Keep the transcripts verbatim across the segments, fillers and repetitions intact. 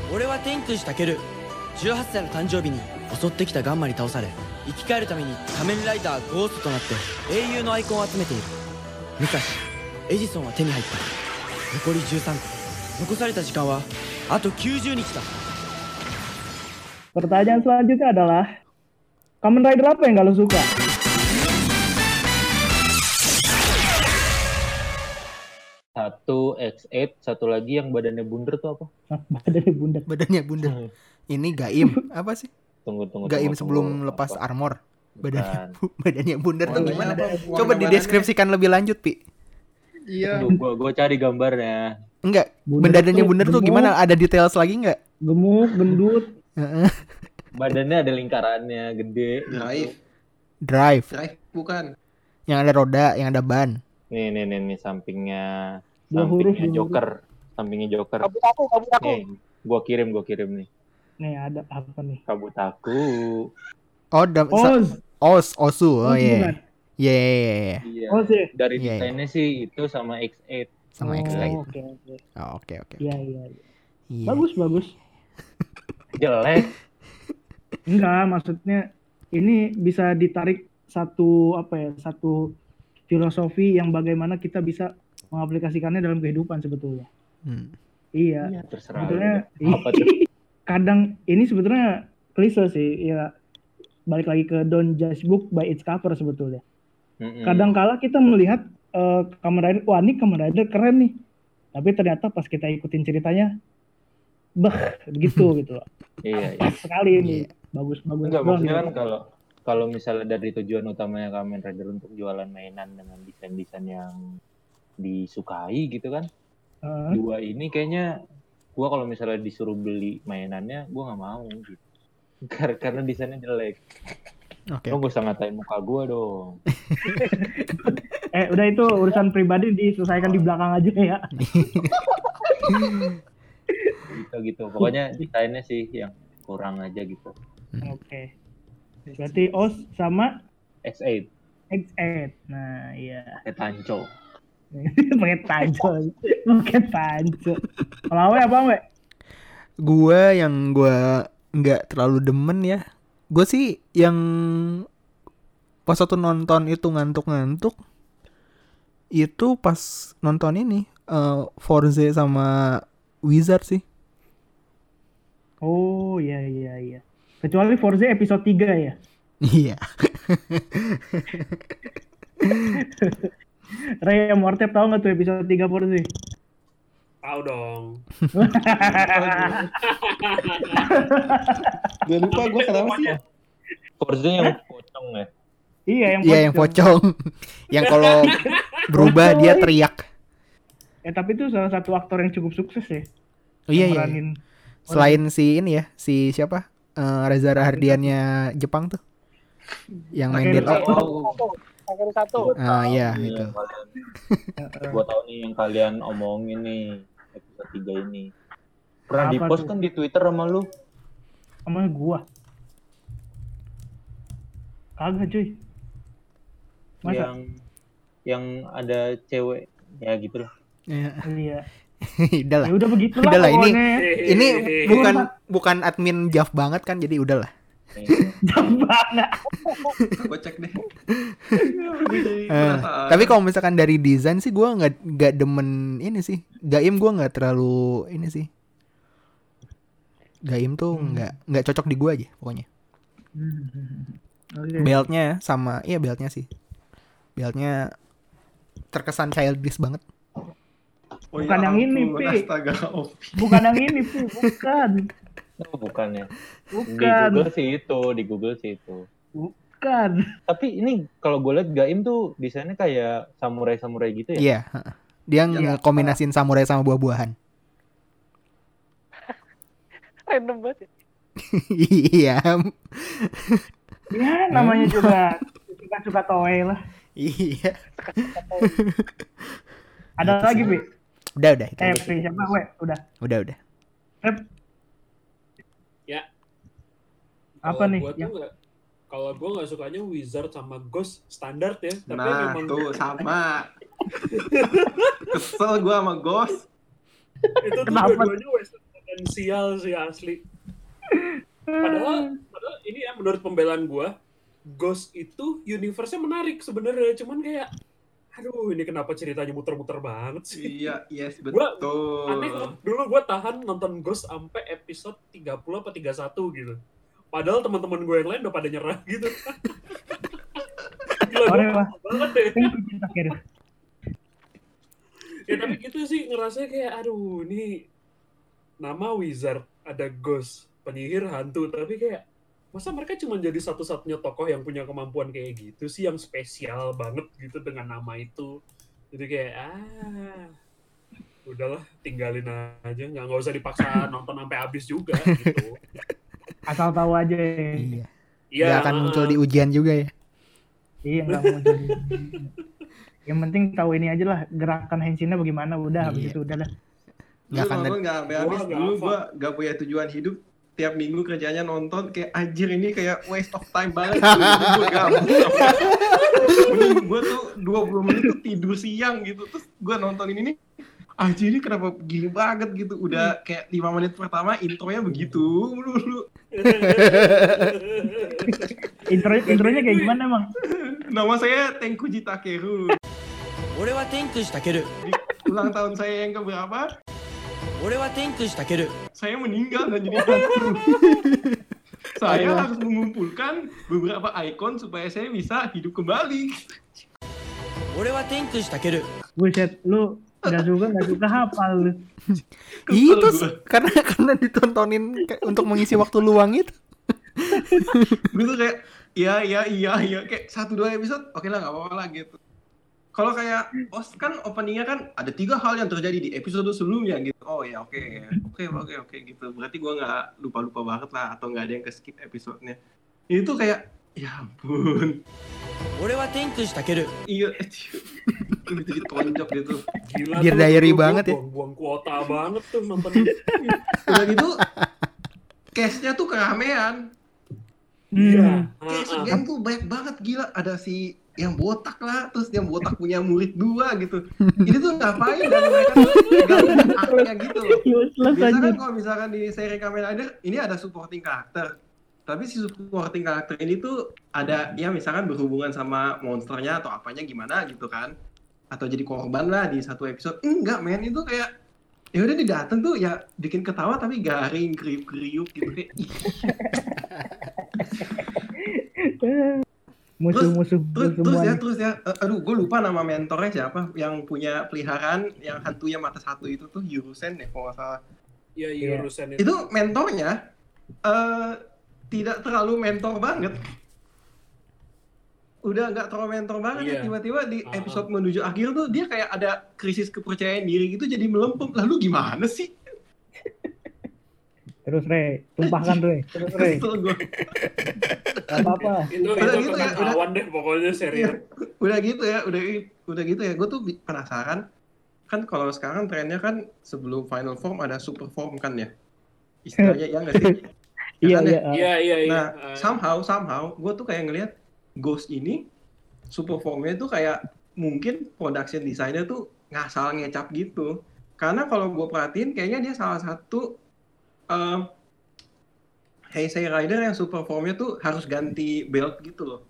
俺は天空寺健じゅうはっさいの誕生日に襲ってきたガンマに倒され生き返るために仮面ライダーゴーストとなって英雄のアイコンを集めている。武蔵エジソンは手に入った。残りじゅうさんこ。残された時間はあときゅうじゅうにちだ。 Pertanyaan selanjutnya adalah Kamen Rider apa yang gak lo suka? Satu X eight, satu lagi yang badannya bundar tuh apa? Badannya bundar. Badannya bundar. Ini Gaim apa sih? Tunggu tunggu. Gaim tunggu, sebelum tunggu. lepas Apa? armor. Badannya Bukan. badannya bundar tuh Warnanya gimana? apa? Coba Warna dideskripsikan lebih lanjut, Pi. Iya. Aduh, gua gua cari gambarnya. Enggak, Bundar badannya tuh bundar tuh gemuk. gimana? Ada details lagi enggak? Gemuk, gendut. Badannya ada lingkarannya, gede. Drive. Drive, Drive bukan. yang ada roda, yang ada ban. Nih nih nih, nih sampingnya Dua huruf, sampingnya dua Joker, sampingnya Joker. Kabut aku, kabut aku. Nih, gua kirim, gua kirim nih. Nih ada apa nih? Kabutaku. Oh, da- sa- Oz. Os, Osu. Oh Oz iya. bukan? Iya, iya, iya, iya. Iya. Oz ya? Dari Iya, iya. desainnya sih itu sama X eight. Sama X eight. Oh, oke oke. Oh, oke, oke. Iya iya. iya. Iya. Bagus bagus. Jelek. Enggak, maksudnya ini bisa ditarik satu apa ya? Satu filosofi yang bagaimana kita bisa mengaplikasikannya dalam kehidupan sebetulnya. Hmm. Iya. Terserah. Sebetulnya lu. Apa tuh? kadang ini sebetulnya klise sih ya, balik lagi ke don't judge book by its cover sebetulnya. Mm-mm. Kadang kala kita melihat uh, Kamen Rider, wah ini Kamen Rider keren nih, tapi ternyata pas kita ikutin ceritanya beh gitu gitu loh. Iya, iya. Pas sekali ini Iya. bagus bagus Enggak, doang maksudnya gitu. kan kalau kalau misalnya dari tujuan utamanya Kamen Rider untuk jualan mainan dengan desain-desain yang disukai gitu kan. Uh, Dua ini kayaknya gua kalau misalnya disuruh beli mainannya gua nggak mau gitu. Kar- Karena desainnya jelek. Oke. Lo gak usah ngatain muka gua dong. eh udah itu urusan pribadi diselesaikan di belakang aja ya. Gitu gitu. Pokoknya desainnya sih yang kurang aja gitu. Oke. Berarti Oz sama X eight X eight. Nah, iya. kayak Tanco. Pakai tanco. Pakai tanco. Kalau Awe apa, Awe? Gua yang gua nggak terlalu demen ya. Gue sih yang pas waktu nonton itu ngantuk-ngantuk itu pas nonton ini uh, Forze sama Wizard sih. Oh, iya iya iya. Kecuali Forza episode tiga ya. Iya. Ray Mortep tahu nggak tuh episode tiga Forza? Tahu dong. Gue lupa gue kenapa sih? Forza yang pocong ya. Iya yang Iya yang pocong. Yang kalau berubah dia teriak. Eh tapi itu salah satu aktor yang cukup sukses ya. Oh iya iya. Meranin. Selain si ini ya, si siapa? Eh, Reza Rahardiannya Jepang tuh. Yang main Pakai Dead of Akhir satu. Ah iya Ini itu. yang kalian- Gua tahu nih yang kalian omongin nih episode tiga ini. Pernah Apa di-post tuh? kan di Twitter sama lu? Sama gua. Kagak cuy. Masa? Yang yang ada cewek ya gitu lah. Iya. Iya. Udahlah. Ya udah begitulah Udahlah ini pokoknya. ini bukan bukan admin Jav banget kan jadi udahlah. Jam banget. Gue cek deh. Eh, tapi kalau misalkan dari desain sih gue nggak nggak demen ini sih. Gaim gue nggak terlalu ini sih. Gaim tuh nggak nggak cocok di gue aja pokoknya. Oke. Beltnya sama iya beltnya sih. Beltnya terkesan childish banget. Oh, Bukan yang ini, ampun, Pi. Astaga, Opi. Bukan yang ini sih, bukan. Oh, bukan ya. Di Bukan. Google sih itu, di Google sih itu. Bukan. Tapi ini kalau gue liat Gaim tuh desainnya kayak samurai-samurai gitu ya. Iya. heeh. Dia ngekombinasin samurai sama buah-buahan. Random banget. ya. Iya. Ya namanya juga suka-suka toei lah. Iya. Ada lagi, Pi? Udah udah itu. Eh, aja. Pi, siapa, we? Udah. Udah udah. Rep, Ya. Apa Kalau nih? Gua tuh Yang- nggak- kalau gue nggak sukanya Wizard sama Ghost standar ya. Tapi Nah, memang tuh sama. Kesel gue sama Ghost. itu tuh Kenapa? dua-duanya Western Potensial sih asli. Padahal, padahal ini ya menurut pembelaan gue, Ghost itu universe-nya menarik sebenarnya, cuman kayak, aduh ini kenapa ceritanya muter-muter banget sih. Iya, yes, Gua betul. aneh loh, dulu gue tahan nonton Ghost sampai episode tiga puluh apa tiga puluh satu gitu. Padahal teman-teman gue yang lain udah pada nyerah gitu. Gila, Sorry, gue Pak. banget deh. Thank you, Cinta Kir. Ya tapi gitu sih, ngerasanya kayak, aduh ini nama Wizard, ada Ghost, penyihir hantu, tapi kayak masa mereka cuma jadi satu-satunya tokoh yang punya kemampuan kayak gitu sih, yang spesial banget gitu dengan nama itu. Jadi kayak ah udahlah tinggalin aja, nggak nggak usah dipaksa nonton sampai habis juga gitu. Asal tahu aja ya. Iya. Iya. Gak akan muncul di ujian juga ya. Iya, nggak mau jadi. Yang penting tahu ini aja lah, gerakan Henshinnya bagaimana, udah habis Iya. itu udah lah. Gak Dulu akan nonton nggak sampai habis. Gua nggak Dulu hafal. gua nggak punya tujuan hidup. Tiap minggu kerjanya nonton kayak anjir ini kayak waste of time banget. Gue gabut. Mending gue tuh dua puluh menit tuh tidur siang gitu. Terus gue nonton ini nih. Anjir ini kenapa gini banget gitu. Udah kayak lima menit pertama intronya begitu dulu. Intro intronya kayak gimana emang? Nama saya Tenkuji Takeru. 俺は天空したける Di ulang tahun saya yang keberapa? 俺は天空したける Saya meninggal dan jadi hantu. Saya harus mengumpulkan beberapa ikon supaya saya bisa hidup kembali. 俺は天空したける Buset, lu nggak suka nggak suka hafal lu. Itu gua. s- karena karena ditontonin kayak untuk mengisi waktu luang itu. Gue tuh kayak iya iya iya iya kayak satu dua episode oke lah nggak apa-apa lah gitu. Kalau kayak os kan openingnya kan ada tiga hal yang terjadi di episode sebelumnya gitu. Oh ya oke oke oke oke gitu. Berarti gue nggak lupa lupa banget lah atau nggak ada yang ke skip episodenya. Ini tuh kayak ya ampun 俺は天空したける iya gitu gitu tonjok gitu. Gila Dear tuh, Diary gua- gua banget ya. buang-buang kuota banget tuh nonton ini. Udah gitu case-nya tuh keramaian. Iya. Hmm. Case Ah, ah. game tuh banyak banget gila. Ada si yang botak lah, terus yang botak punya murid dua gitu. Ini tuh ngapain dan mereka tuh gabung arc-nya gitu loh. Useless Biasa aja. kan kalau misalkan di seri Kamen Rider ini ada supporting karakter. Tapi si supporting karakter ini tuh ada ya misalkan berhubungan sama monsternya atau apanya gimana gitu kan. Atau jadi korban lah di satu episode. Enggak men, itu kayak ya udah didateng tuh ya bikin ketawa tapi garing, kriuk-kriuk gitu kayak ih. Musuh-musuh Terus, terus semua. ya, terus ya, Eh, aduh, gue lupa nama mentornya siapa yang punya peliharaan yang hantunya mata satu itu tuh Yurusen ya, kalau nggak salah. Iya, iya Iya. urusan itu. Itu mentornya eh tidak terlalu mentor banget. Udah nggak terlalu mentor banget Iya. ya, tiba-tiba di Ah, episode menuju akhir tuh dia kayak ada krisis kepercayaan diri gitu jadi melempem. Lalu gimana sih? Terus Re, tumpahkan Re. Terus Re, Kesel gue. gak apa-apa. Itu Udah itu gitu ya, kekacauan deh pokoknya serinya. Udah gitu ya, udah udah gitu ya. Gue tuh bi- penasaran. Kan kalau sekarang trennya kan sebelum final form ada super form kan ya. Istilahnya ya nggak sih? Ya Iya kan ya? iya. Iya, iya, iya. Nah, Ah, somehow, somehow, gue tuh kayak ngelihat Ghost ini super formnya tuh kayak mungkin production designer tuh ngasal ngecap gitu. Karena kalau gue perhatiin, kayaknya dia salah satu um, Heisei Rider yang super formnya tuh harus ganti belt gitu loh.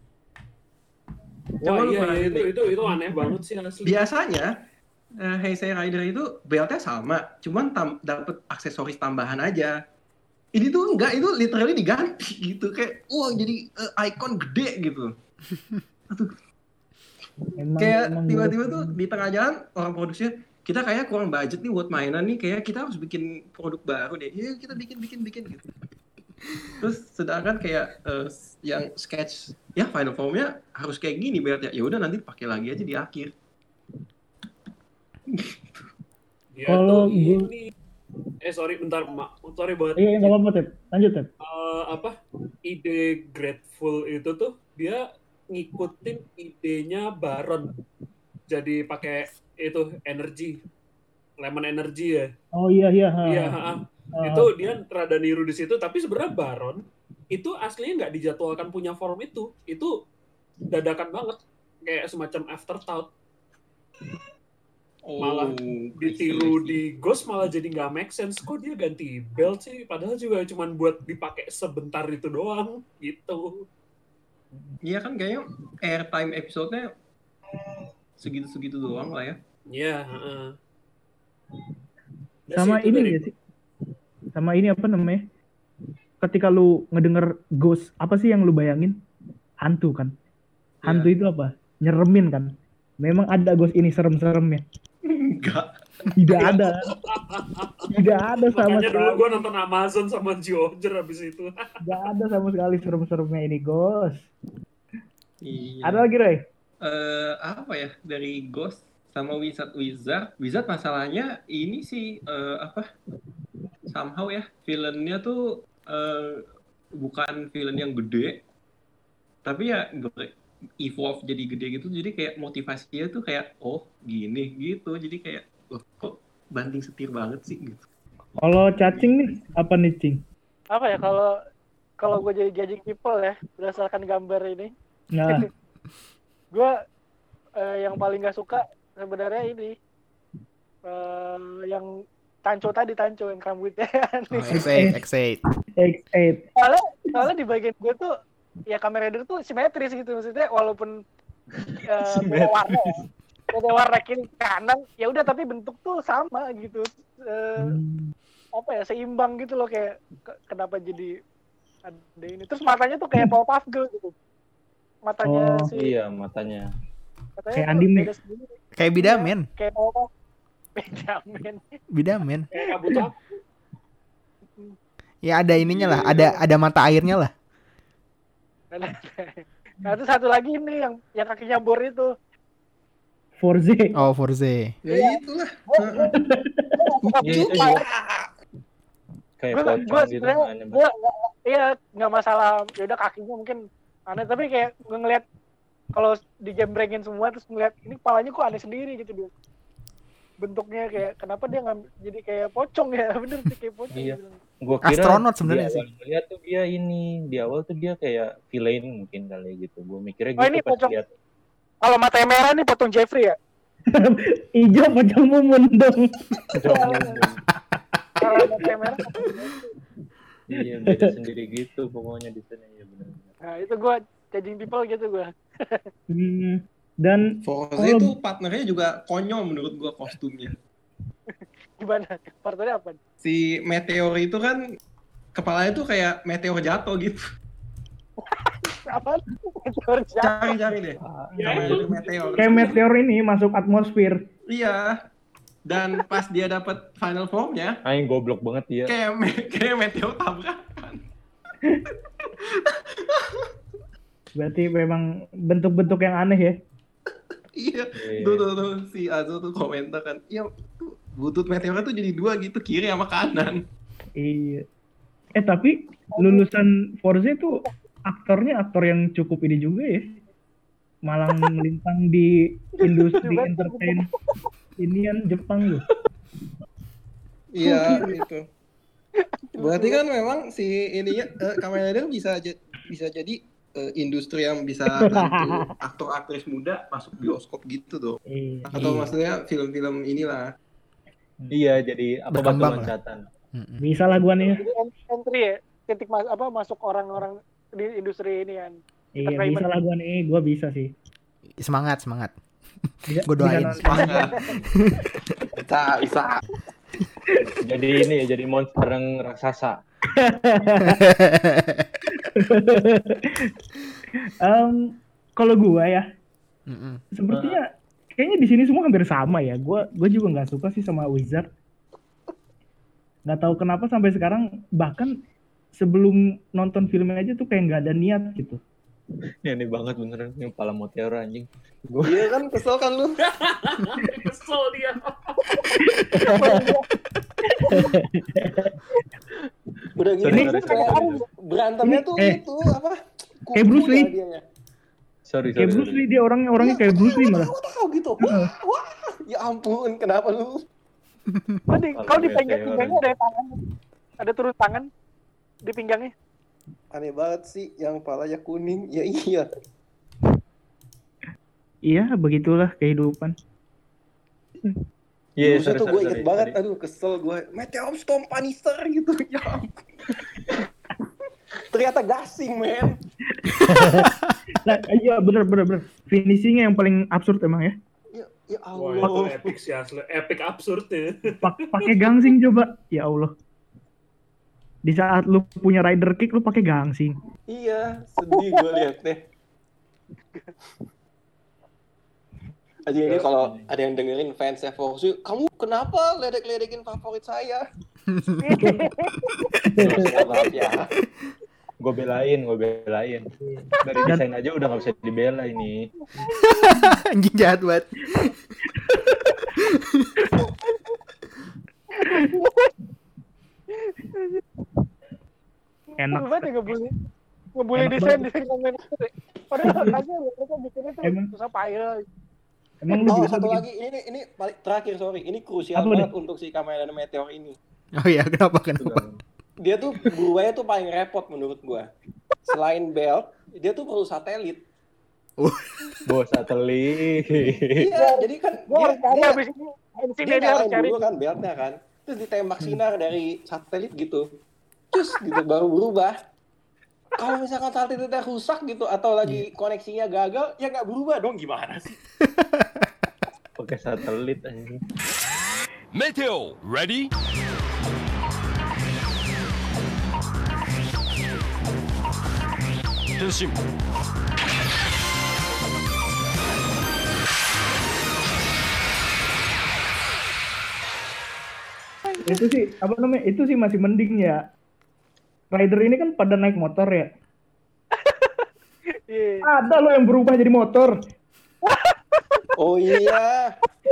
Wah, Coba lu iya, iya, perhatiin itu, deh. itu, itu aneh banget sih asli. Biasanya uh, Heisei Rider itu beltnya sama, cuman tam- dapet aksesoris tambahan aja. Ini tuh enggak, itu literally diganti gitu kayak wah jadi uh, icon gede gitu. Emang, Kayak emang tiba-tiba gua- tuh di tengah jalan orang produksinya kita kayak kurang budget nih buat mainan nih, kayak kita harus bikin produk baru deh. Ya kita bikin bikin bikin gitu. Terus sedangkan kayak uh, yang sketch ya final formnya harus kayak gini berarti ya udah nanti pakai lagi aja di akhir. Dia Kalau tuh gua- ini eh sorry bentar mak sorry banget. Iya nggak apa-apa Tep. Lanjut Tep. Eh, apa ide Grateful itu tuh dia ngikutin idenya Baron, jadi pakai itu energi lemon energy ya. Oh iya iya. ha. Iya, ha, ha. Ah, Itu dia rada niru di situ, tapi sebenarnya Baron itu aslinya nggak dijadwalkan punya form itu, itu dadakan banget kayak semacam afterthought. Oh, malah I see, ditiru I see. di Ghost malah jadi nggak make sense. Kok dia ganti belt sih? Padahal juga cuma buat dipakai sebentar itu doang gitu. Iya kan kayaknya airtime episode-nya segitu-segitu doang lah ya. Iya, heeh. Udah Sama sih, itu ini dari nggak sih? Sama ini apa namanya? Ketika lu ngedenger ghost, apa sih yang lu bayangin? Hantu kan? Hantu Iya. itu apa? Nyeremin kan? Memang ada ghost ini serem-seremnya. Enggak. Tidak ada. Tidak ada sama Makanya dulu sekali. gue nonton Amazon sama Jojer abis itu. Tidak ada sama sekali serem-seremnya ini ghost. Iya. Ada lagi, Ray? Eh, apa ya dari Ghost sama Wizard Wizard Wizard masalahnya ini sih eh, apa somehow ya villainnya tuh eh, bukan villain yang gede tapi ya ber- evolve jadi gede gitu jadi kayak motivasinya tuh kayak oh gini gitu jadi kayak loh, kok banting setir banget sih gitu. Kalau cacing nih, apa nih, Cing? Apa ya kalau kalau gue jadi judging people ya berdasarkan gambar ini, Nah, gue eh, yang paling gak suka sebenarnya ini eh, yang Tanco tadi Tanco yang rambutnya aneh. X eight, X eight. X eight. soalnya soalnya di bagian gue tuh ya Kamen Rider tuh simetris gitu maksudnya walaupun uh, beda warna ya. beda warna kiri kanan ya udah tapi bentuk tuh sama gitu. Eh, Hmm. apa ya seimbang gitu loh kayak ke- kenapa jadi ada ini terus matanya tuh kayak Powerpuff Girl gitu matanya Oh. si Iya, matanya. matanya Kayak tuh anime. beda sendiri. Kayak Bidamen. kayak Powerpuff Bidamen. Bidamen. Kayak Kabuto. Ya ada ininya lah, ada ada mata airnya lah. Nah itu satu lagi nih yang yang kakinya bor itu. Forze. Oh, Forze. Ya itulah. Iya, itu juga. Kayak Gue gue pocong gitu. sebenarnya aneh banget. gue iya nggak masalah ya udah kakinya mungkin aneh tapi kayak gue ngeliat kalau digembrengin semua terus ngeliat ini kepalanya kok aneh sendiri gitu dia bentuknya kayak kenapa dia nggak jadi kayak pocong ya bener sih kayak pocong. Iya. Gitu. Gua kira Astronot sebenarnya di sih. awal ngeliat tuh dia ini di awal tuh dia kayak villain mungkin kali gitu. Gue mikirnya Oh, gitu ini pas pocong. lihat. Kalau matanya merah nih potong Jeffrey ya. Ijo pocong mumun dong. Kalau matanya merah potong Jeffrey. Iya beda sendiri gitu pokoknya di sana ya benar. Nah itu gue judging people gitu gue. Hmm. Dan Forze Kalau- itu partnernya juga konyol menurut gua kostumnya. Gimana? Partnernya apa? Si Meteor itu kan kepalanya tuh kayak meteor jatuh gitu. Apa? Meteor jatuh. Cari-cari deh. Ya Namanya itu. itu meteor. kayak meteor ini masuk atmosfer. Iya. Dan pas dia dapat final formnya Aing goblok banget dia. kayak me- kayak meteor tabrakan. Berarti memang bentuk-bentuk yang aneh ya. Iya. Iya. Tuh, tuh, tuh, si Azo tuh komentar kan. Iya, tuh, butut meteornya tuh jadi dua gitu, kiri sama kanan. Iya. Eh tapi lulusan Forze itu aktornya aktor yang cukup ini juga ya. Malang melintang di industri entertain inian Jepang loh. Iya, itu. Berarti kan memang si ininya eh, Kamen Rider bisa ja- bisa jadi eh, industri yang bisa bantu aktor-aktris muda masuk bioskop gitu tuh. Iya. Atau Iya. maksudnya film-film inilah. Iya jadi apa batu Berkembang lah. loncatan. Mm-mm. Bisa lah gua nih. Jadi entry ya, titik mas apa masuk orang-orang di industri ini kan. Iya, Entertainment. bisa lah gua nih. Gua bisa sih. Semangat, semangat. Bisa, Gua doain. bisa Semangat. Bisa, bisa. Jadi ini ya jadi monster yang raksasa. Em, kalau gua ya, Mm-mm. sepertinya kayaknya di sini semua hampir sama ya. Gua gua juga nggak suka sih sama Wizard. Nggak tahu kenapa sampai sekarang bahkan sebelum nonton filmnya aja tuh kayak nggak ada niat gitu. Ini aneh banget beneran yang kepala meteor anjing. Iya kan, kesel kan lu? Kesel dia. Udah gitu Sorry, Ini- sorry, sorry, sorry. berantemnya tuh Eh, itu apa? kayak Bruce Lee. dianya. Sorry, Kayak sorry, Bruce sorry. Lee, dia orangnya orangnya kayak Bruce Lee malah. Aku tahu gitu. Wah, wah. Ya ampun, kenapa lu? Kalau di, kalau di Kalau pinggang meteor. pinggangnya ada tangan, ada turun tangan di pinggangnya. Aneh banget sih yang palanya kuning. Ya iya. Iya, begitulah kehidupan. Iya, Dulu sorry, tuh sorry, gue inget sorry. banget, Tadi- aduh kesel gue. Meteor Storm Punisher gitu. Ya ampun. Ternyata gasing, men. Nah, iya bener bener bener. Finishingnya yang paling absurd emang ya. Ya, ya Wah, itu Allah. epic sih asli. Epic absurd ya. Pak- Pakai gangsing coba. Ya Allah. Di saat lu punya rider kick lu pakai gangsing. Iya, sedih gue liat deh. Aja ini kalau ada yang dengerin fans Evolusi, kamu kenapa ledek-ledekin favorit saya? Maaf ya. Gue belain, gue belain. Dari desain aja udah gak bisa dibela ini. Anjing jahat banget. Enak. Banget ya ngebully. Ngebully Enak desain banget. desain komen. Padahal hasilnya mereka bikinnya tuh Emang. susah payah. Emang lu Oh, bisa satu bikin- lagi. Ini ini paling terakhir, sorry. Ini krusial Apa banget untuk si Kamen Meteor ini. Oh iya, kenapa kenapa? Dia tuh buruannya tuh paling repot menurut gua. Selain belt, dia tuh perlu satelit. Bos satelit. Iya, jadi kan Gue dia, harus cari dia, abis ini. Abis dia ini dia harus nyalain cari. dulu kan beltnya kan. Terus ditembak sinar dari satelit gitu. Terus gitu baru berubah. Kalau misalkan satelitnya rusak gitu atau lagi koneksinya gagal, ya nggak berubah dong, gimana sih? Pakai satelit anjing. Meteo, ready? Henshin. itu sih apa namanya? Itu sih masih mending ya. Rider ini kan pada naik motor ya. Iya. Ada lo yang berubah jadi motor. Oh iya.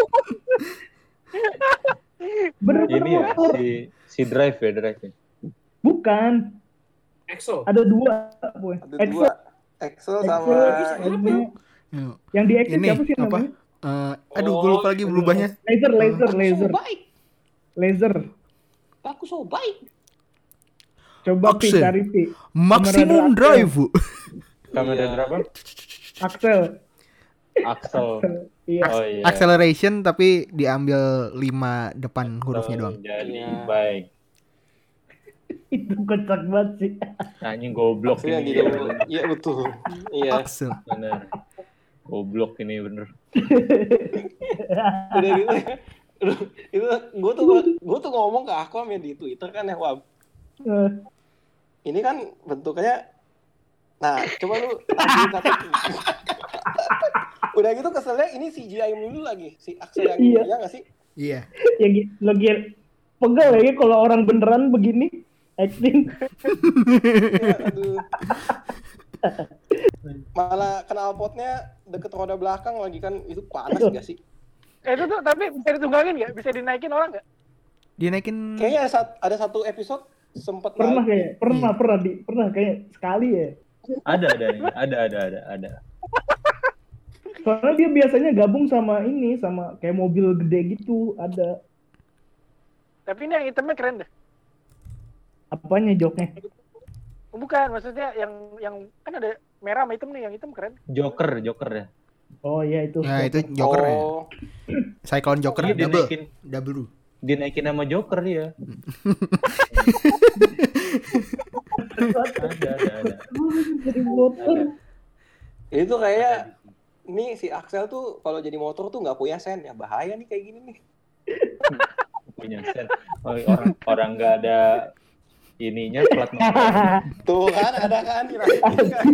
Bener-bener Ini ya motor. si si drive ya drive. Ya. Bukan. Exo. Ada dua. Boy. Ada Excel. dua. Excel sama Excel, ini. Yuk. Yang di Excel Ini siapa sih apa? namanya? Eh, aduh, gue lupa lagi Oh, berubahnya. Laser, laser, laser, baik. laser. Aku so baik. Coba Pi Axel. cari Pi. Maximum Kamen Rider drive. Bu. Kamen Iya. Rider apa? Axel. Axel. Iya. Oh iya. Acceleration tapi diambil lima depan hurufnya doang. Jadi Iya. baik. Itu kocak banget sih. Anjing goblok Axel yang ini. di dalam. Iya betul. Iya. Axel. Bener. Goblok ini bener. Udah gitu. Itu gue tuh gue tuh ngomong ke Aquam ya di Twitter kan ya, Wab. Eh, Ini kan bentuknya. Nah, coba lu lagi satu. Udah gitu keselnya ini C G I mulu lagi si Axel yang Iya. ini ya nggak sih? Iya. yang gi- lagi pegel ya kalau orang beneran begini acting. Ya, aduh. Malah knalpotnya deket roda belakang lagi kan itu panas gak sih? Eh, itu tuh tapi bisa ditunggangin nggak? Bisa dinaikin orang nggak? Dinaikin Kayaknya ada, sat- ada satu episode sempet Pernah naik. kayak, pernah Iya. pernah di pernah kayak sekali ya. Ada ada ini. Ada ada ada ada. Soalnya dia biasanya gabung sama ini sama kayak mobil gede gitu ada. Tapi ini yang hitamnya keren deh. Apanya joknya? Oh, bukan, maksudnya yang yang kan ada merah sama hitam nih, yang hitam keren. Joker Joker ya. Oh iya itu. ya itu Joker ya. Oh, Cyclone Joker Iya, double. dinaikin Double. dinaikin nama Joker ya. ada ada ada. Jadi motor. ini tuh kayak ini si Axel tuh kalau jadi motor tuh nggak punya sen ya, bahaya nih kayak gini nih. Punya sen. Oh, orang orang nggak ada ininya plat nomor. Tuh kan ada kan dirasain kan.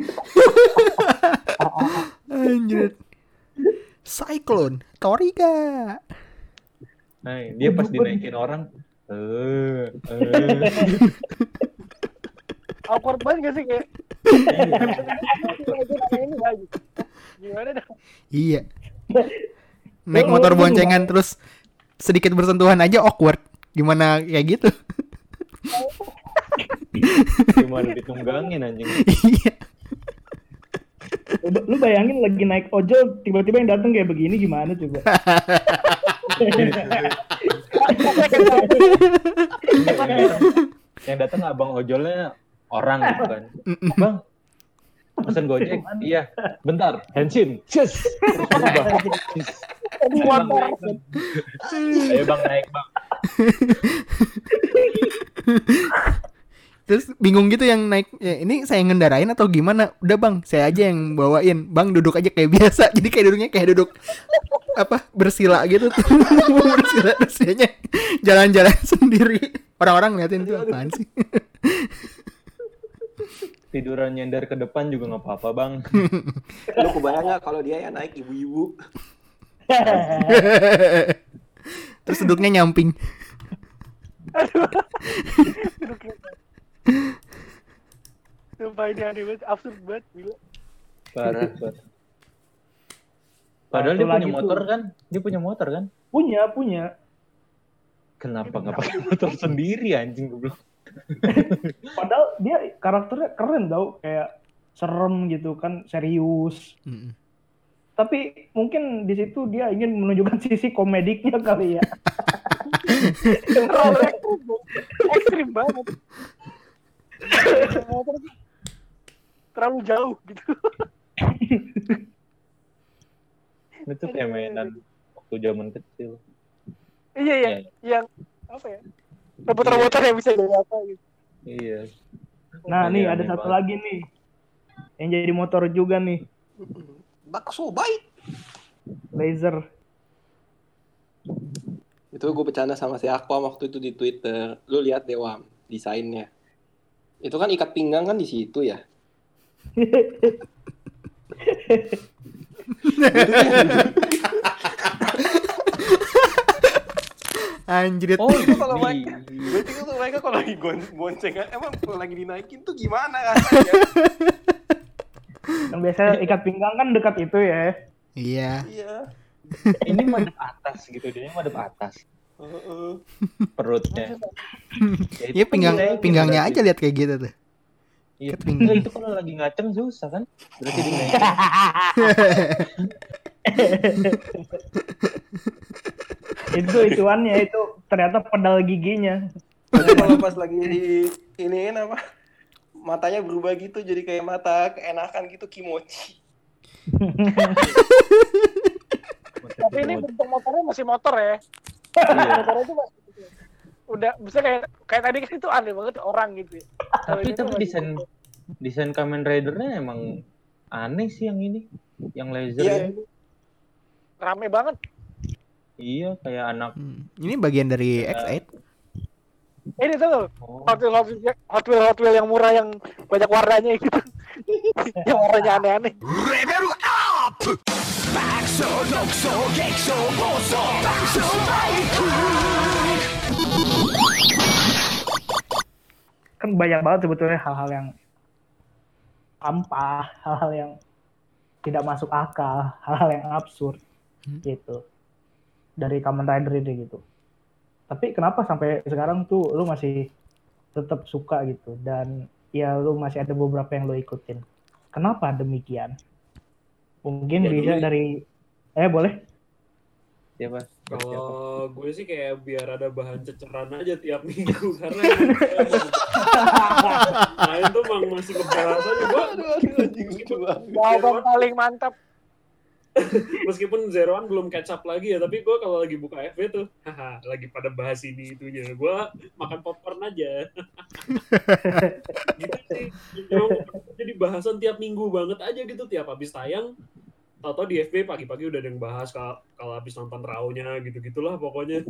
Anjir. Cyclone Toriga. Nah, dia pas dinaikin orang eh eh Awkward banget gak sih kayak? Ini lagi. Gimana dah? Iya. Naik motor boncengan terus sedikit bersentuhan aja awkward. Gimana kayak gitu? gimana ditunggangin anjing. Iya. Lu, lu bayangin lagi naik ojol tiba-tiba yang datang kayak begini gimana coba? Yang datang abang ojolnya orang gitu kan. Bang, pesen Gojek. Iya, bentar. Henshin. Yes. Terus berubah. Yes. Aduh, motor. Ayo bang naik bang. Terus bingung gitu yang naik, ya, ini saya ngendarain atau gimana? Udah bang, saya aja yang bawain. Bang duduk aja kayak biasa. Jadi kayak duduknya kayak duduk apa bersila gitu tuh. Bersila terus dianya jalan-jalan sendiri. Orang-orang ngeliatin tuh apaan sih? Tiduran nyender ke depan juga nggak apa-apa bang. Lu kebayang nggak kalau dia yang naik ibu-ibu? Terus duduknya nyamping. Sumpah ini aneh banget, absurd banget, gila. Parah, parah. Padahal Satu dia punya lagi motor tuh. kan? Dia punya motor kan? Punya, punya. Kenapa nggak pakai motor sendiri anjing goblok? Padahal dia karakternya keren tau, kayak serem gitu kan, serius. Mm-mm. Tapi mungkin di situ dia ingin menunjukkan sisi komediknya kali ya. Terlalu ekstrim, ekstrim banget. Motor tuh terlalu jauh gitu. Itu kayak mainan waktu zaman kecil. Iya, iya, yang apa ya? Robot-robotan yang bisa jadi apa gitu. Iya. Nah nih Aneh ada satu banget. lagi nih yang jadi motor juga nih, Bakso baik. laser. Itu gue bercanda sama si Aqua waktu itu di Twitter. Lu lihat deh Wam, desainnya. Itu kan ikat pinggang kan di situ ya. Anjir. Oh, Itu kalau di- mereka, berarti itu mereka kalau lagi gon- boncengan, emang kalau lagi dinaikin tuh gimana rasanya? Yang biasanya ikat pinggang kan dekat itu ya. Iya. Iya. ini madep atas gitu, dia madep atas Heeh. perutnya. Ya, itu Iya kan pinggang dinaikin pinggangnya berarti. aja lihat kayak gitu tuh. Iya, Ikat pinggang. enggak, itu kalau lagi ngaceng susah kan? Berarti dinaikin. Itu ituannya itu ternyata pedal giginya. Berarti kalau pas lagi di iniin apa? Matanya berubah gitu jadi kayak mata keenakan gitu, kimochi. Tapi ini bentuk motornya masih motor ya. Iya. Motornya itu masih udah bisa kayak kayak tadi kan itu aneh banget orang gitu ya. Kalau Tapi ini tuh tapi masih desain motor. desain Kamen Rider-nya emang aneh sih yang ini. Yang laser Iya. ini. Rame banget. Iya, kayak anak. Hmm. Ini bagian dari X delapan. Ini tuh Oh. Hot Wheel, Hot Wheel, Hot Wheel, Hot Wheel yang murah yang banyak warnanya gitu. Yang warnanya aneh-aneh. Kan banyak banget sebetulnya hal-hal yang sampah, hal-hal yang tidak masuk akal, hal-hal yang absurd gitu dari Kamen Rider ini gitu. Tapi kenapa sampai sekarang tuh lu masih tetap suka gitu dan ya lu masih ada beberapa yang lu ikutin. Kenapa demikian? Mungkin Ya, bisa dulu- dari eh boleh. Siapa? Siapa? Kalau gue sih kayak biar ada bahan ceceran aja tiap minggu karena emang main tuh emang masih ngebahas aja gue. Aduh, aduh, anjing lucu banget. Jawaban paling mantap. Meskipun Zero One belum catch up lagi ya, tapi gue kalau lagi buka F B tuh, haha, lagi pada bahas ini itunya. Gue makan popcorn aja. Gitu sih. Emang jadi bahasan tiap minggu banget aja gitu, tiap habis tayang. Tau-tau di F B pagi-pagi udah ada yang bahas kalau kalau habis nonton Raw-nya gitu-gitulah pokoknya.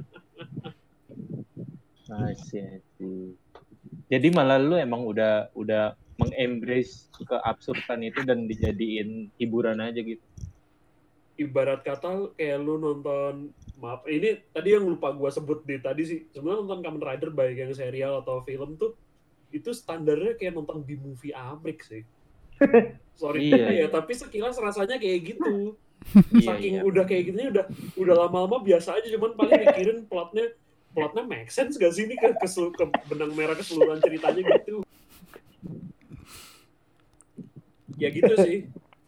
I see, I see. Jadi malah lu emang udah udah mengembrace keabsurdan itu dan dijadiin hiburan aja gitu. Ibarat kata kayak lu nonton, maaf ini tadi yang lupa gua sebut di tadi sih, sebenarnya nonton Kamen Rider baik yang serial atau film tuh itu standarnya kayak nonton di movie Amrik sih. Sorry Iya, ya, iya. tapi sekilas rasanya kayak gitu. Iya, Saking iya. udah kayak gitunya udah udah lama-lama biasa aja, cuman paling mikirin plotnya plotnya make sense gak sih ini ke, ke, ke benang merah keseluruhan ceritanya gitu. Ya gitu sih.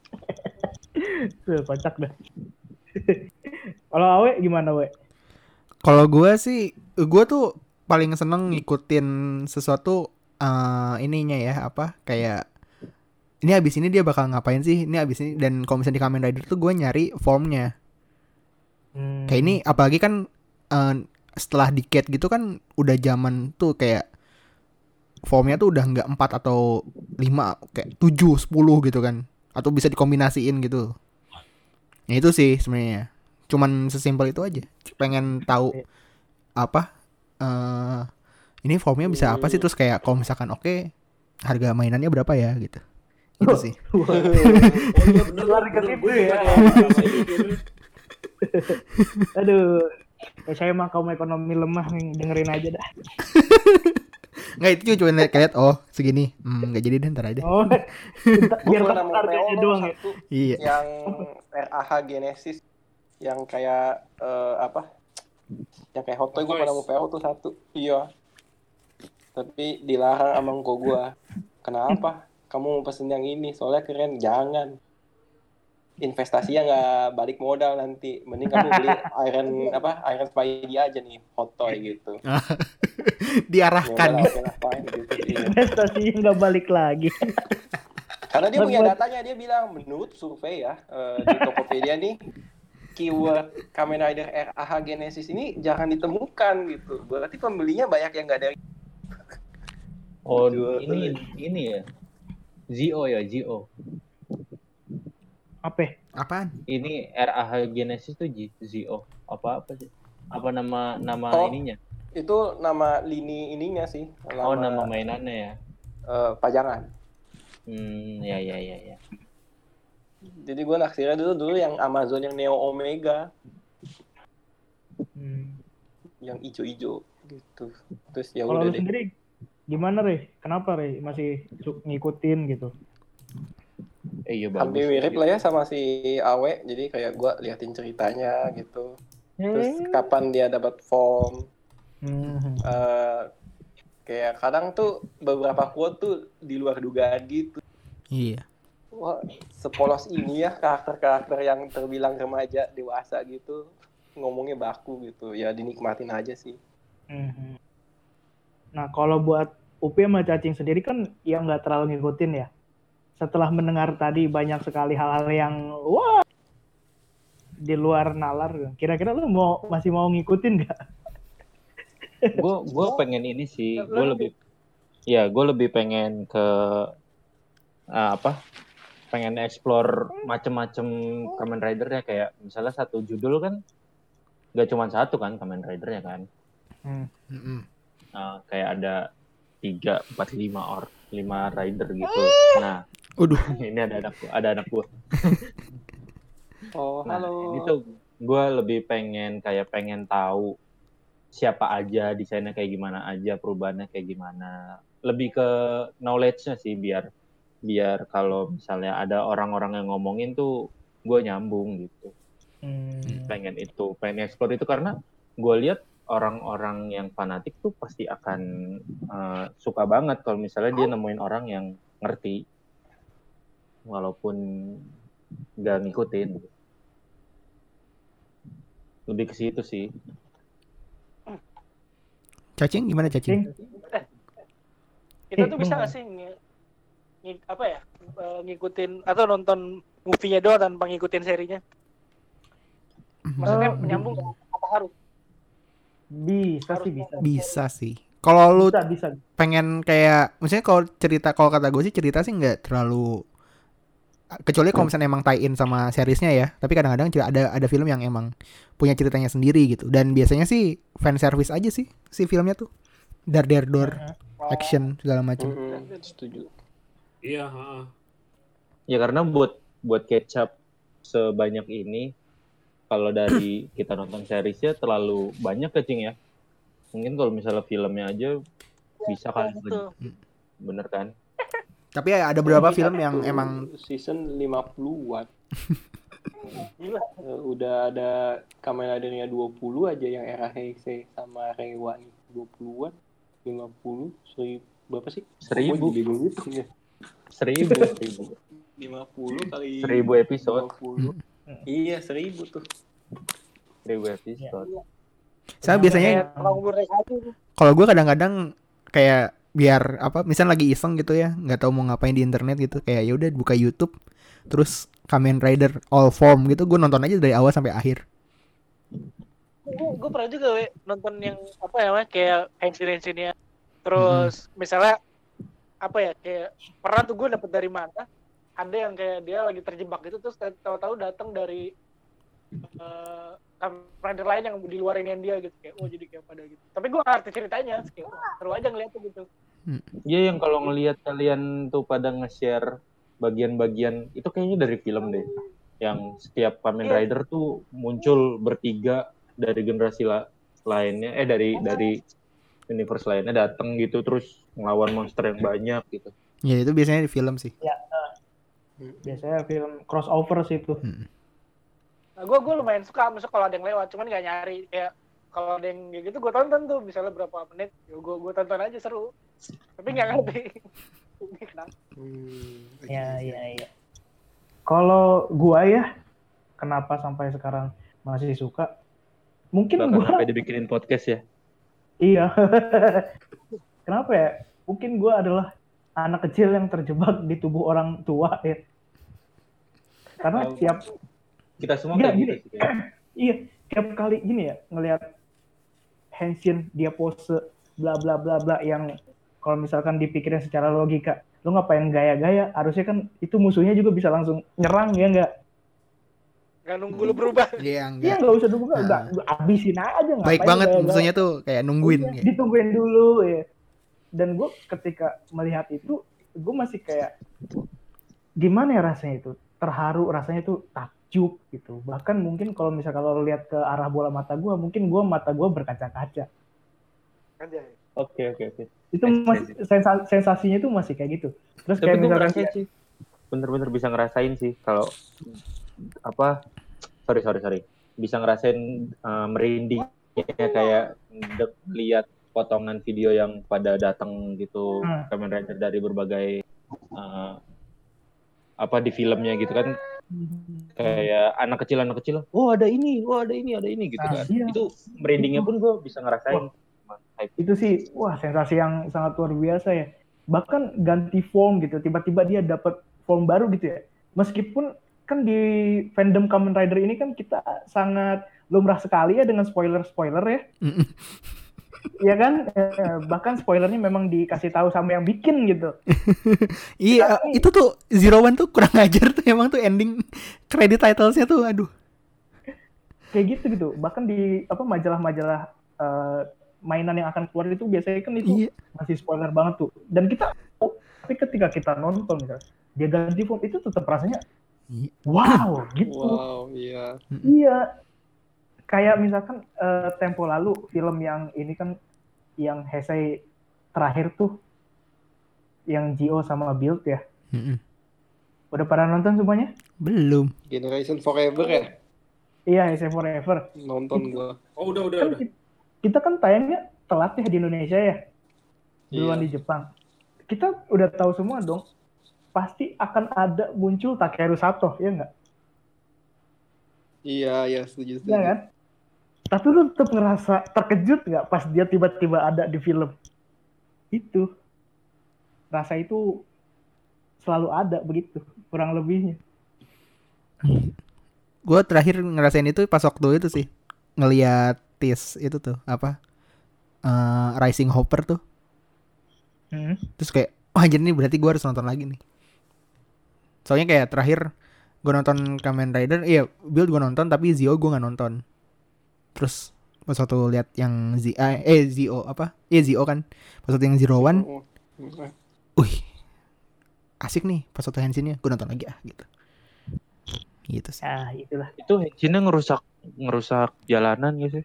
Tuh, kocak dah. Kalau Awe gimana, We? Kalau gue sih, gue tuh paling seneng ngikutin sesuatu eh, ininya ya, apa kayak ini abis ini dia bakal ngapain sih, ini abis ini, dan kalau misalnya di Kamen Rider tuh gue nyari formnya. Hmm. Kayak ini apalagi kan uh, setelah Decade gitu kan udah zaman tuh kayak formnya tuh udah nggak empat atau lima, kayak tujuh, sepuluh gitu kan. Atau bisa dikombinasiin gitu. Ya itu sih sebenarnya. Cuman sesimpel itu aja. Pengen tahu apa uh, ini formnya bisa apa sih, terus kayak kalau misalkan oke okay, harga mainannya berapa ya gitu. Itu sih. Oh iya bener Luar bener ketipu gue ya. juga mikir. Aduh, ya saya mah kaum ekonomi lemah nih, dengerin aja dah. Nggak, itu cuma lihat lihat oh segini, hmm, nggak jadi deh, ntar aja. Oh, Gue biar pernah tetap mau harganya P O doang ya. satu Iya. yang R A H Genesis yang kayak eh, apa? Yang kayak Hot Toy gue Hot pernah Toys. mau P O tuh satu. Iya. Tapi dilarang sama ngko gue. Kenapa? Kamu mau pesen yang ini, soalnya keren. Jangan. Investasinya nggak balik modal nanti. Mending kamu beli Iron apa? Iron Spidey aja nih, Hot Toy gitu. Ya Diarahkan. udahlah, oke lah, fine gitu. Iya. Investasinya nggak balik lagi. Karena dia punya Buat- datanya, dia bilang menurut survei ya eh, di Tokopedia nih, keyword Kamen Rider R A H Genesis ini jarang ditemukan gitu. Berarti pembelinya banyak yang nggak dari. Oh, Jual ini tuh. ini ya. Zio ya, Zio. Apa? Apaan? Ini R A H Genesis tuh G- Zio. Apa apa sih? Apa nama nama Oh. ininya? Itu nama lini ininya sih. Oh, nama mainannya ya. eh, pajangan. Hmm, ya ya ya ya. Jadi gue naksirnya dulu dulu yang Amazon yang Neo Omega, Hmm. yang ijo-ijo gitu. Terus ya Kalau udah lu deh. sendiri gimana, Re? Kenapa, Re? Masih su- ngikutin gitu? Eh, iya bagus. Hampir mirip lah ya sama si Awe. Jadi kayak gue liatin ceritanya gitu. Terus kapan dia dapat form. Hmm. eh kayak kadang tuh beberapa quote tuh di luar dugaan gitu. Iya. Wah, sepolos ini ya karakter-karakter yang terbilang remaja dewasa gitu ngomongnya baku gitu. Ya dinikmatin aja sih. Mhm. Nah, kalau buat Upi sama Cacing sendiri kan yang nggak terlalu ngikutin ya. Setelah mendengar tadi banyak sekali hal-hal yang wah di luar nalar, kira-kira lu mau masih mau ngikutin nggak? Gue gue pengen ini sih. Gue lebih ya gue lebih pengen ke ah, apa? Pengen explore macem-macem Kamen Rider-nya, kayak misalnya satu judul kan gak cuma satu kan Kamen Rider-nya kan. Mm-mm. Nah, kayak ada tiga, empat, lima or lima rider gitu. Nah, Waduh. ini ada anak gua, ada anak gue. Oh, Nah, halo. ini tuh gue lebih pengen kayak pengen tahu siapa aja, desainnya kayak gimana aja, perubahannya kayak gimana. Lebih ke knowledge-nya sih, biar biar kalau misalnya ada orang-orang yang ngomongin tuh gue nyambung gitu. Hmm. Pengen itu, pengen explore itu, karena gue lihat orang-orang yang fanatik tuh pasti akan uh, suka banget kalau misalnya dia nemuin orang yang ngerti walaupun nggak ngikutin. Lebih ke situ sih. Cacing gimana, Cacing? Kita Eh, tuh bisa Bang. nggak sih nge- ngi- apa ya eh, ngikutin atau nonton movie-nya doang tanpa ngikutin serinya? Maksudnya Eh, menyambung nggak? Apa harus? Bisa Harus sih, bisa. Bisa sih. Kalau lu Bisa, bisa. pengen kayak, misalnya kalau cerita, kalau kata gue sih cerita sih nggak terlalu, kecuali kalau misalnya emang tie-in sama seriesnya ya. Tapi kadang-kadang juga ada ada film yang emang punya ceritanya sendiri gitu. Dan biasanya sih fan service aja sih si filmnya tuh. Dar dar dor, action segala macam. Mm-mm, setuju. Iya, heeh. Ya karena buat buat kecap sebanyak ini, kalau dari kita nonton seriesnya terlalu banyak kecing ya. Mungkin kalau misalnya filmnya aja bisa kali Betul. bener kan? Tapi ya ada beberapa film yang Tuh, emang season lima puluhan. Gila. Eh, udah ada Kamen Rider-nya dua puluh aja yang era Heisei sama Reiwa nih. dua puluhan, lima puluh, seribu, berapa sih? Seribu. Gua jadi bingung gitu ya. Seribu, seribu, lima puluh kali seribu episode, dua puluh. Iya, seribu tuh. seribu episode. saya biasanya Kayak Long Blue Rise aja tuh. kalau gue kadang-kadang kayak biar apa, misal lagi iseng gitu ya, nggak tahu mau ngapain di internet gitu, kayak ya udah buka YouTube terus Kamen Rider All Form gitu, gue nonton aja dari awal sampai akhir. gue pernah juga we, nonton yang apa ya mas kayak hensin-hensinnya terus hmm. misalnya apa ya kayak pernah tuh gue dapet dari mana ada yang kayak dia lagi terjebak gitu terus tahu-tahu datang dari uh, rider lain yang di luar ini dia gitu kayak oh jadi kayak pada gitu tapi gue nggak ngerti ceritanya kayak oh, seru aja ngeliatnya gitu. Iya yang kalau ngelihat kalian tuh pada nge-share bagian-bagian itu kayaknya dari film deh yang setiap Kamen Rider tuh muncul bertiga dari generasi la- lainnya eh dari dari universe lainnya datang gitu terus ngelawan monster yang banyak gitu. Ya itu biasanya di film sih. Ya, uh, biasanya film crossover sih itu. Hmm. Nah, gue gue lumayan suka masuk kalau ada yang lewat cuman nggak nyari kayak kalau ada yang kayak gitu gue tonton tuh misalnya berapa menit ya gue gue tonton aja seru tapi nggak ngerti. hmm, ya ya ya. Kalau gua ya kenapa sampai sekarang masih suka mungkin bahkan gua sampai dibikinin podcast ya. Iya. Kenapa ya? Mungkin gua adalah anak kecil yang terjebak di tubuh orang tua ya. Karena oh, tiap kita semua kayak gitu sih. Iya, tiap kali gini ya ngelihat Henshin dia pose bla bla bla bla yang kalau misalkan dipikirin secara logika, lu ngapain gaya-gaya? Harusnya kan itu musuhnya juga bisa langsung nyerang ya nggak? Nggak nunggu lu berubah. Iya nggak. Iya nggak usah nunggu, nah. Nggak abisin aja. Baik banget gaya-gaya. Musuhnya tuh kayak nungguin. Ya, ditungguin dulu ya. Dan gue ketika melihat itu, gue masih kayak gimana ya rasanya itu? Terharu rasanya tuh takjub gitu. Bahkan mungkin kalau misalkan kalau lihat ke arah bola mata gue, mungkin gue mata gue berkaca-kaca. Aja. Oke oke oke. Itu masih sensasi, sensasinya itu masih kayak gitu. Terus tapi kayak misalkan kayak, sih bener-bener bisa ngerasain sih kalau apa sorry sorry sorry bisa ngerasain uh, merindingnya kayak lihat potongan video yang pada datang gitu hmm. Kamen Rider dari berbagai uh, apa di filmnya gitu kan kayak anak kecil anak kecil oh ada ini oh ada ini ada ini gitu nah, kan iya. Itu merindingnya pun gue bisa ngerasain. Oh. Itu sih wah sensasi yang sangat luar biasa ya bahkan ganti form gitu tiba-tiba dia dapat form baru gitu ya meskipun kan di fandom Kamen Rider ini kan kita sangat lumrah sekali ya dengan spoiler-spoiler ya ya kan eh, bahkan spoilernya memang dikasih tahu sama yang bikin gitu. Iya tapi, itu tuh Zero One tuh kurang ajar tuh emang tuh ending credit titlesnya tuh aduh kayak gitu gitu bahkan di apa majalah-majalah uh, mainan yang akan keluar itu biasanya kan itu iya. Masih spoiler banget tuh dan kita oh, tapi ketika kita nonton misalnya dia ganti form itu tetap rasanya wow gitu wow iya iya kayak misalkan uh, tempo lalu film yang ini kan yang Heisei terakhir tuh yang Gio sama Build ya mm-hmm. Udah pada nonton semuanya belum Generation Forever ya iya Heisei Forever nonton gua oh udah udah kan udah kita kan tayangnya telat ya di Indonesia ya, duluan iya. Di Jepang. Kita udah tahu semua dong, pasti akan ada muncul Takeru Sato, ya nggak? Iya, iya setuju, setuju. Ya kan? Tapi lu tetap ngerasa terkejut nggak pas dia tiba-tiba ada di film? Itu. Rasa itu selalu ada begitu, kurang lebihnya. Gue terakhir ngerasain itu pas waktu itu sih, ngeliat Tis itu tuh apa uh, Rising Hopper tuh hmm. Terus kayak wah oh, jadi ini berarti gue harus nonton lagi nih soalnya kayak terakhir gue nonton Kamen Rider iya Build gue nonton tapi Zio gue nggak nonton terus pas waktu lihat yang Z eh Zio apa iya Zio kan pas waktu yang Zero One wih asik nih pas waktu Henshin-nya gue nonton lagi ah gitu gitu sih ah itulah itu Henshin-nya ngerusak ngerusak jalanan gitu sih.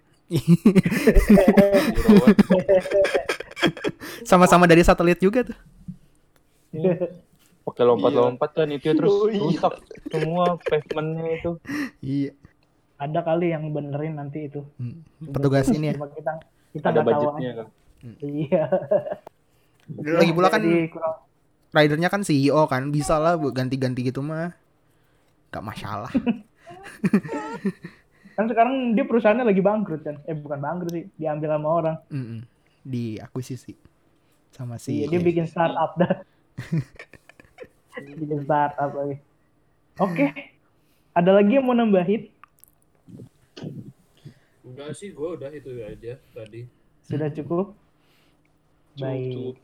Sama-sama dari satelit juga tuh. Pakai lompat-lompat kan itu terus rusak semua pavementnya itu. Iya. Ada kali yang benerin nanti itu. Hmm. Petugas ini ya. Kita kita ada budgetnya kan. Iya. Lagi pula kan ridernya kan C E O kan bisa lah ganti-ganti gitu mah. Gak masalah. Kan sekarang dia perusahaannya lagi bangkrut kan. Eh bukan bangkrut sih, diambil sama orang. Mm-mm. Diakuisisi sama si iya, dia bikin startup dah. Bikin startup lagi. Oke. Okay. Ada lagi yang mau nambahin? Enggak sih, gue udah itu aja tadi. Sudah cukup? Cukup. Baik.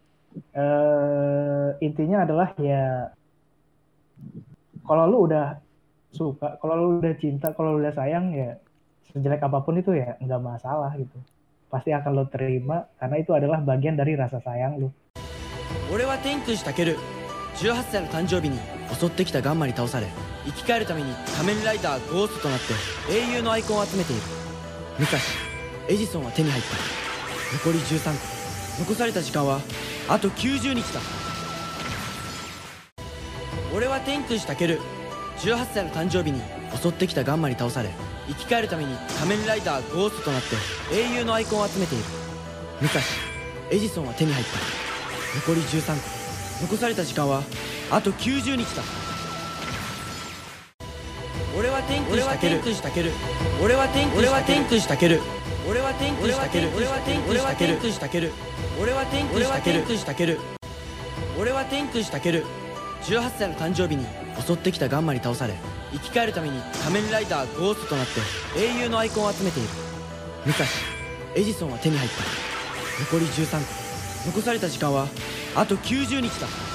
Eh intinya adalah ya kalau lu udah suka, kalau lu udah cinta, kalau lu udah sayang ya sejelek apapun itu ya nggak masalah gitu. Pasti akan lo terima karena itu adalah bagian dari rasa sayang lu. 俺は天空たけるじゅうはっさいの誕生日に襲ってきたガンマに倒され生き返るために仮面ライダーゴーストとなって英雄のアイコンを集めている。武蔵エジソンは手に入った。残りじゅうさんこ、残された時間はあときゅうじゅうにちだ。俺は天空たけるじゅうはっさいの誕生日に襲ってきたガンマに倒され生き返るために仮面ライダーゴーストとなって英雄のアイコンを集めている。武蔵エジソンは手に入った。残りじゅうさんこ、残された時間はあときゅうじゅうにちだ。俺は天空たける俺は天空たける俺は天空たける俺は天空たける俺は天空たける俺は天空たける俺は天空たける俺は天空たけるじゅうはっさいの誕生日に襲ってきたガンマに倒され生き返るために仮面ライダーゴーストとなって英雄のアイコンを集めている。武蔵エジソンは手に入った。残りじゅうさんこ、残された時間はあときゅうじゅうにちだ。